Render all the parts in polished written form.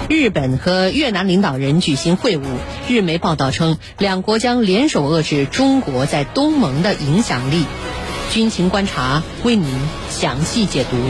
日本和越南领导人举行会晤，日媒报道称，两国将联手遏制中国在东盟的影响力。军情观察为您详细解读。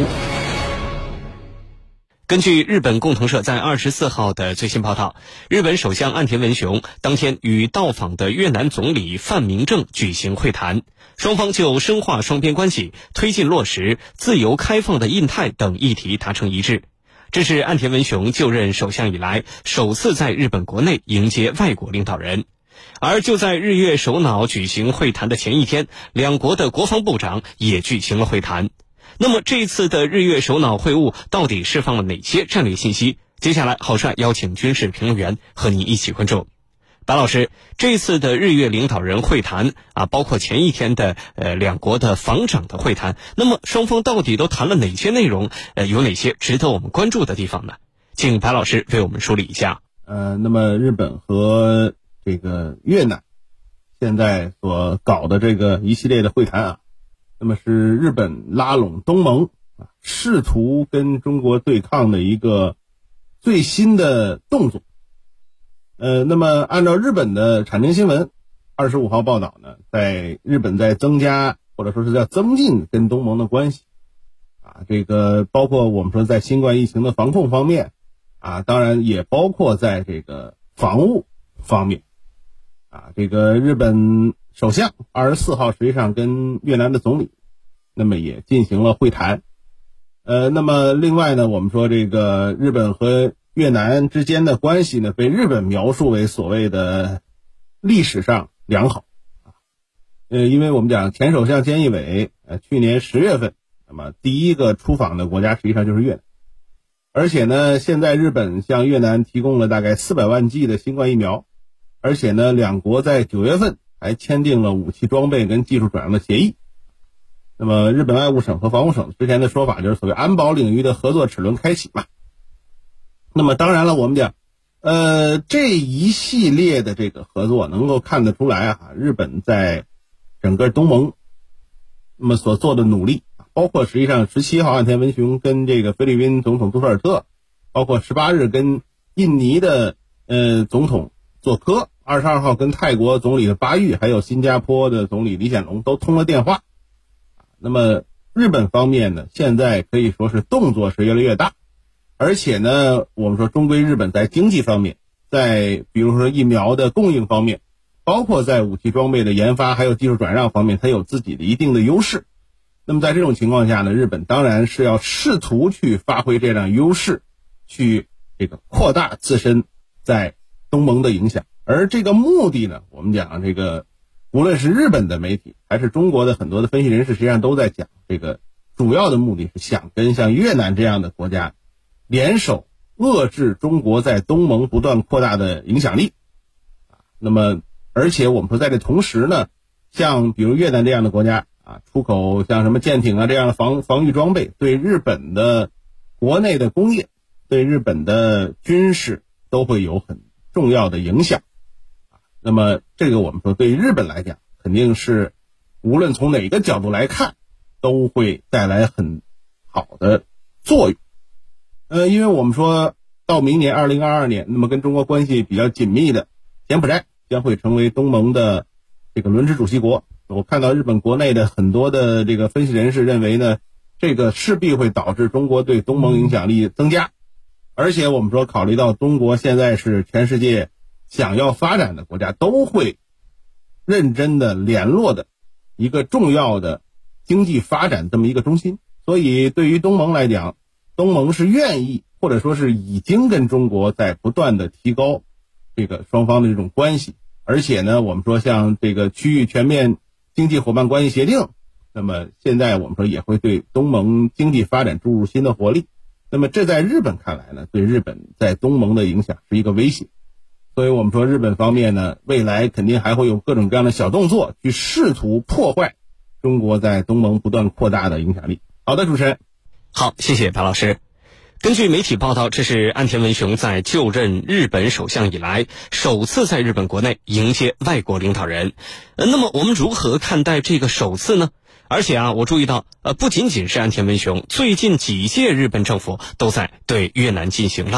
根据日本共同社在24号的最新报道，日本首相岸田文雄当天与到访的越南总理范明政举行会谈，双方就深化双边关系、推进落实自由开放的印太等议题达成一致。这是岸田文雄就任首相以来首次在日本国内迎接外国领导人。而就在日越首脑举行会谈的前一天，两国的国防部长也举行了会谈。那么这次的日越首脑会晤到底释放了哪些战略信息？接下来郝帅邀请军事评论员和您一起关注。白老师，这次的日越领导人会谈包括前一天的两国的防长的会谈，那么双方到底都谈了哪些内容？有哪些值得我们关注的地方呢？请白老师为我们梳理一下。 那么日本和这个越南现在所搞的这个一系列的会谈那么是日本拉拢东盟试图跟中国对抗的一个最新的动作。那么按照日本的产经新闻25号报道呢，在日本在增加或者说是在增进跟东盟的关系这个包括我们说在新冠疫情的防控方面当然也包括在这个防务方面这个日本首相24号实际上跟越南的总理那么也进行了会谈。那么另外呢，我们说这个日本和越南之间的关系呢，被日本描述为所谓的历史上良好因为我们讲前首相菅义伟去年10月份那么第一个出访的国家实际上就是越南，而且呢现在日本向越南提供了大概400万剂的新冠疫苗，而且呢两国在9月份还签订了武器装备跟技术转让的协议。那么日本外务省和防务省之前的说法就是所谓安保领域的合作齿轮开启嘛。那么当然了，我们讲这一系列的这个合作能够看得出来日本在整个东盟那么所做的努力，包括实际上17号岸田文雄跟这个菲律宾总统杜特尔特，包括18日跟印尼的总统佐科，22号跟泰国总理的巴育，还有新加坡的总理李显龙都通了电话。那么日本方面呢，现在可以说是动作是越来越大，而且呢我们说终归日本在经济方面，在比如说疫苗的供应方面，包括在武器装备的研发还有技术转让方面，它有自己的一定的优势。那么在这种情况下呢，日本当然是要试图去发挥这样优势，去这个扩大自身在东盟的影响。而这个目的呢，我们讲这个无论是日本的媒体还是中国的很多的分析人士，实际上都在讲这个主要的目的是想跟像越南这样的国家联手遏制中国在东盟不断扩大的影响力。那么而且我们说在这同时呢，像比如越南这样的国家出口像什么舰艇这样的防御装备，对日本的国内的工业，对日本的军事都会有很重要的影响。那么这个我们说对于日本来讲，肯定是无论从哪个角度来看都会带来很好的作用。因为我们说到明年2022年，那么跟中国关系比较紧密的柬埔寨将会成为东盟的这个轮值主席国。我看到日本国内的很多的这个分析人士认为呢，这个势必会导致中国对东盟影响力增加。而且我们说考虑到中国现在是全世界想要发展的国家都会认真的联络的一个重要的经济发展这么一个中心，所以对于东盟来讲，东盟是愿意或者说是已经跟中国在不断的提高这个双方的这种关系。而且呢我们说像这个区域全面经济伙伴关系协定，那么现在我们说也会对东盟经济发展注入新的活力。那么这在日本看来呢，对日本在东盟的影响是一个威胁。所以我们说日本方面呢，未来肯定还会有各种各样的小动作去试图破坏中国在东盟不断扩大的影响力。好的，主持人。 好，谢谢白老师。根据媒体报道，这是岸田文雄在就任日本首相以来首次在日本国内迎接外国领导人。那么我们如何看待这个首次呢？而且我注意到不仅仅是岸田文雄，最近几届日本政府都在对越南进行拉拢。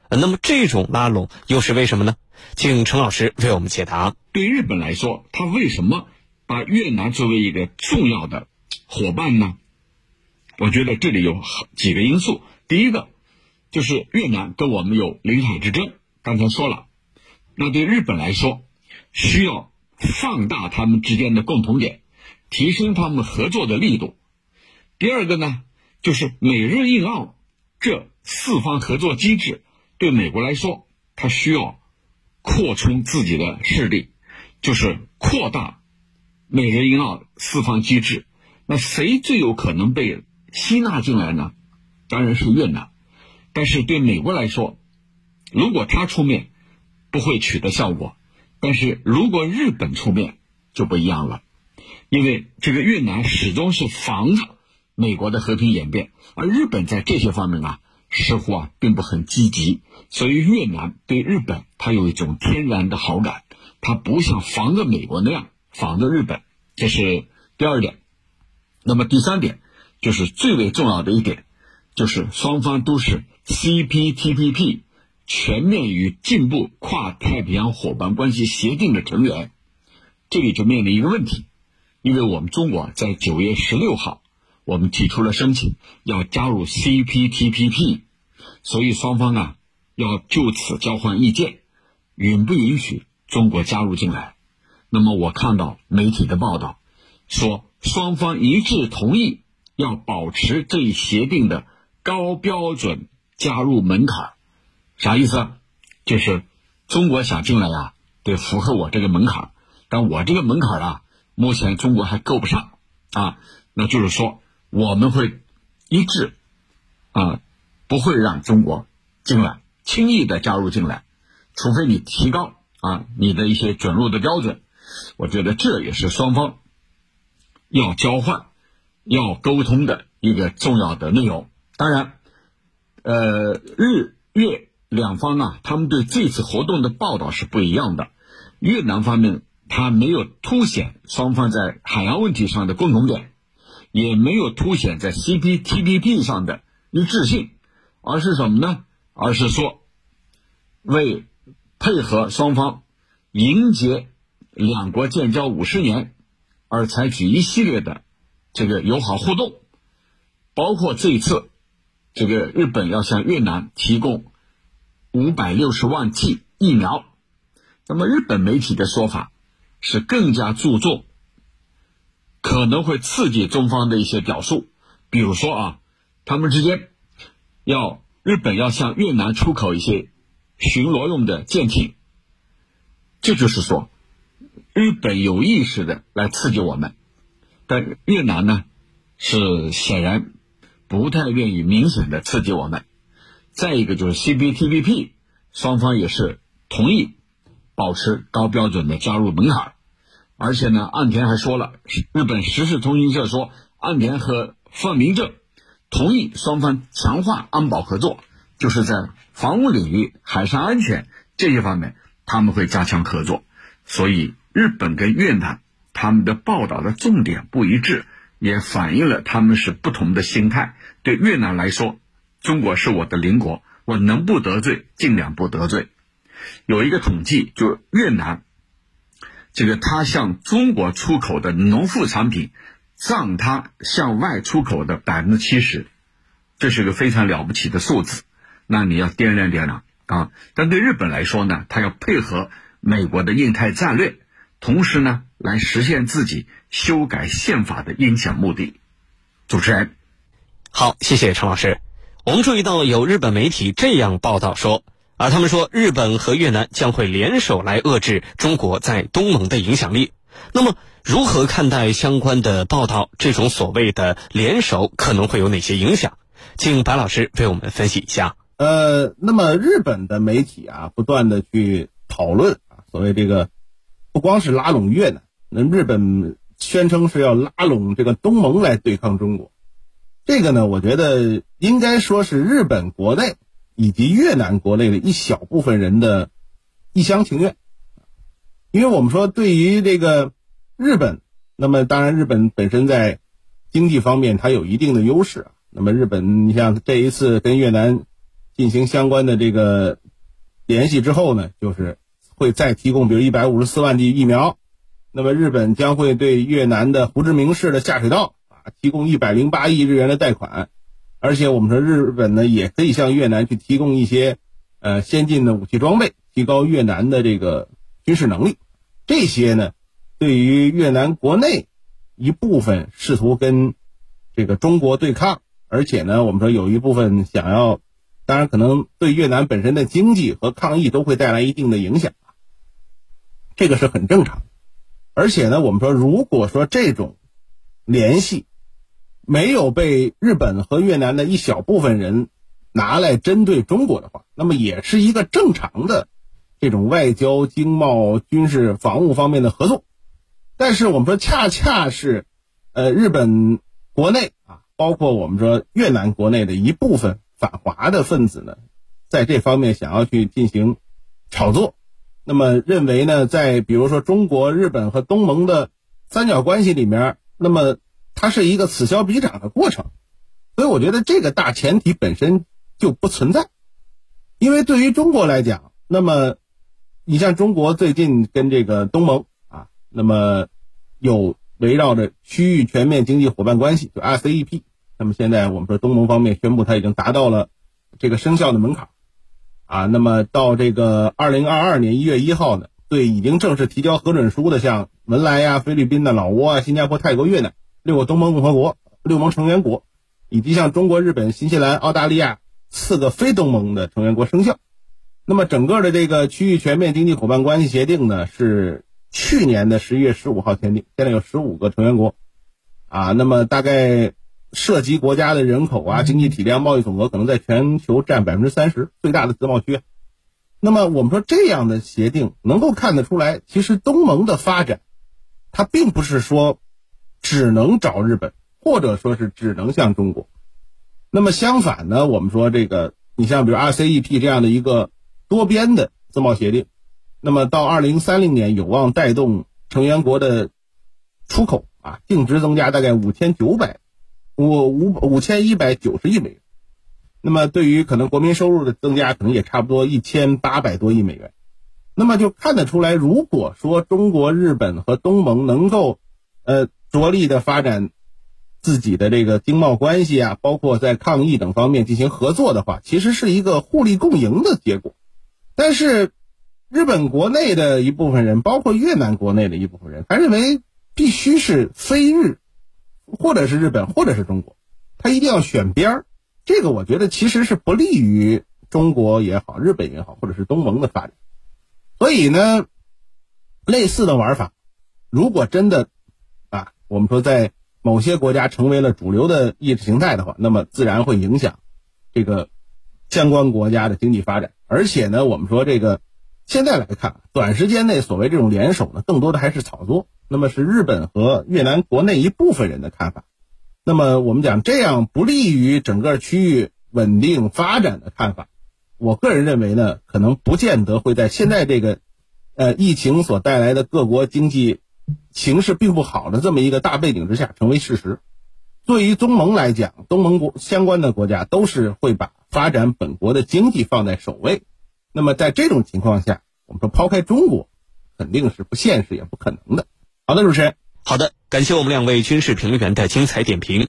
那么这种拉拢又是为什么呢？请程老师为我们解答。 对日本来说，他为什么把越南作为一个重要的伙伴呢？我觉得这里有几个因素。第一个就是越南跟我们有领海之争，刚才说了，那对日本来说需要放大他们之间的共同点，提升他们合作的力度。第二个呢，就是美日印澳这四方合作机制对美国来说，它需要扩充自己的势力，就是扩大美日印澳四方机制。那谁最有可能被吸纳进来呢？当然是越南。但是对美国来说，如果他出面不会取得效果，但是如果日本出面就不一样了。因为这个越南始终是防着美国的和平演变，而日本在这些方面似乎并不很积极，所以越南对日本它有一种天然的好感，它不像防着美国那样防着日本。这是第二点。那么第三点就是最为重要的一点，就是双方都是 CPTPP 全面与进步跨太平洋伙伴关系协定的成员。这里就面临一个问题，因为我们中国在9月16号我们提出了申请要加入 CPTPP， 所以双方要就此交换意见，允不允许中国加入进来。那么我看到媒体的报道说，双方一致同意要保持这一协定的高标准加入门槛。啥意思？就是中国想进来得符合我这个门槛，但我这个门槛目前中国还够不上那就是说我们会一致不会让中国进来轻易的加入进来，除非你提高你的一些准入的标准。我觉得这也是双方要交换要沟通的一个重要的内容。当然日越两方他们对这次活动的报道是不一样的。越南方面他没有凸显双方在海洋问题上的共同点，也没有凸显在 CPTPP 上的一致性，而是什么呢？而是说为配合双方迎接两国建交50年而采取一系列的这个友好互动，包括这一次这个日本要向越南提供560万剂疫苗。那么日本媒体的说法是更加注重可能会刺激中方的一些表述，比如说他们之间日本要向越南出口一些巡逻用的舰艇，这就是说日本有意识的来刺激我们，但越南呢是显然不太愿意明显的刺激我们。再一个就是 CPTPP 双方也是同意保持高标准的加入门槛，而且呢岸田还说了，日本时事通讯社说岸田和范明正同意双方强化安保合作，就是在防务领域海上安全这些方面他们会加强合作。所以日本跟越南他们的报道的重点不一致，也反映了他们是不同的心态。对越南来说，中国是我的邻国，我能不得罪尽量不得罪。有一个统计，就是越南它向中国出口的农副产品占它向外出口的70%，这是个非常了不起的数字，那你要掂量掂量但对日本来说呢，它要配合美国的印太战略，同时呢来实现自己修改宪法的影响目的。主持人。 好，谢谢程老师。我们注意到有日本媒体这样报道说他们说日本和越南将会联手来遏制中国在东盟的影响力。那么如何看待相关的报道？这种所谓的联手可能会有哪些影响？请白老师为我们分析一下。 那么日本的媒体不断的去讨论所谓这个不光是拉拢越南，那日本宣称是要拉拢这个东盟来对抗中国。这个呢，我觉得应该说是日本国内以及越南国内的一小部分人的一厢情愿。因为我们说对于这个日本，那么当然日本本身在经济方面它有一定的优势那么日本你像这一次跟越南进行相关的这个联系之后呢，就是会再提供比如154万剂疫苗。那么日本将会对越南的胡志明市的下水道提供108亿日元的贷款，而且我们说日本呢也可以向越南去提供一些先进的武器装备，提高越南的这个军事能力。这些呢对于越南国内一部分试图跟这个中国对抗，而且呢我们说有一部分想要，当然可能对越南本身的经济和抗疫都会带来一定的影响，这个是很正常的。而且呢我们说如果说这种联系没有被日本和越南的一小部分人拿来针对中国的话，那么也是一个正常的这种外交、经贸、军事、防务方面的合作。但是我们说恰恰是日本国内包括我们说越南国内的一部分反华的分子呢，在这方面想要去进行炒作，那么认为呢在比如说中国、日本和东盟的三角关系里面，那么它是一个此消彼长的过程。所以我觉得这个大前提本身就不存在。因为对于中国来讲，那么你像中国最近跟这个东盟那么有围绕着区域全面经济伙伴关系，就 RCEP， 那么现在我们说东盟方面宣布它已经达到了这个生效的门槛那么到这个2022年1月1号呢，对已经正式提交核准书的像文莱呀、菲律宾的老挝新加坡、泰国、越南6个东盟共和国、6盟成员国，以及像中国、日本、新西兰、澳大利亚4个非东盟的成员国生效。那么整个的这个区域全面经济伙伴关系协定呢，是去年的11月15号签订，现在有15个成员国那么大概涉及国家的人口经济体量、贸易总额可能在全球占 30%， 最大的自贸区。那么我们说这样的协定能够看得出来，其实东盟的发展它并不是说只能找日本，或者说是只能向中国。那么相反呢，我们说这个你像比如 RCEP 这样的一个多边的自贸协定，那么到2030年有望带动成员国的出口净值增加大概5190亿美元。那么对于可能国民收入的增加可能也差不多1800多亿美元。那么就看得出来，如果说中国、日本和东盟能够着力的发展自己的这个经贸关系包括在抗疫等方面进行合作的话，其实是一个互利共赢的结果。但是日本国内的一部分人，包括越南国内的一部分人，他认为必须是非日，或者是日本，或者是中国，他一定要选边儿。这个我觉得其实是不利于中国也好、日本也好，或者是东盟的发展。所以呢，类似的玩法，如果真的我们说在某些国家成为了主流的意识形态的话，那么自然会影响这个相关国家的经济发展。而且呢，我们说这个现在来看，短时间内所谓这种联手呢，更多的还是炒作，那么是日本和越南国内一部分人的看法。那么我们讲这样不利于整个区域稳定发展的看法，我个人认为呢，可能不见得会在现在这个疫情所带来的各国经济形势并不好的这么一个大背景之下成为事实。对于东盟来讲，东盟相关的国家都是会把发展本国的经济放在首位。那么在这种情况下，我们说抛开中国肯定是不现实也不可能的。好的，主持人。 好的，感谢我们2位军事评论员的精彩点评。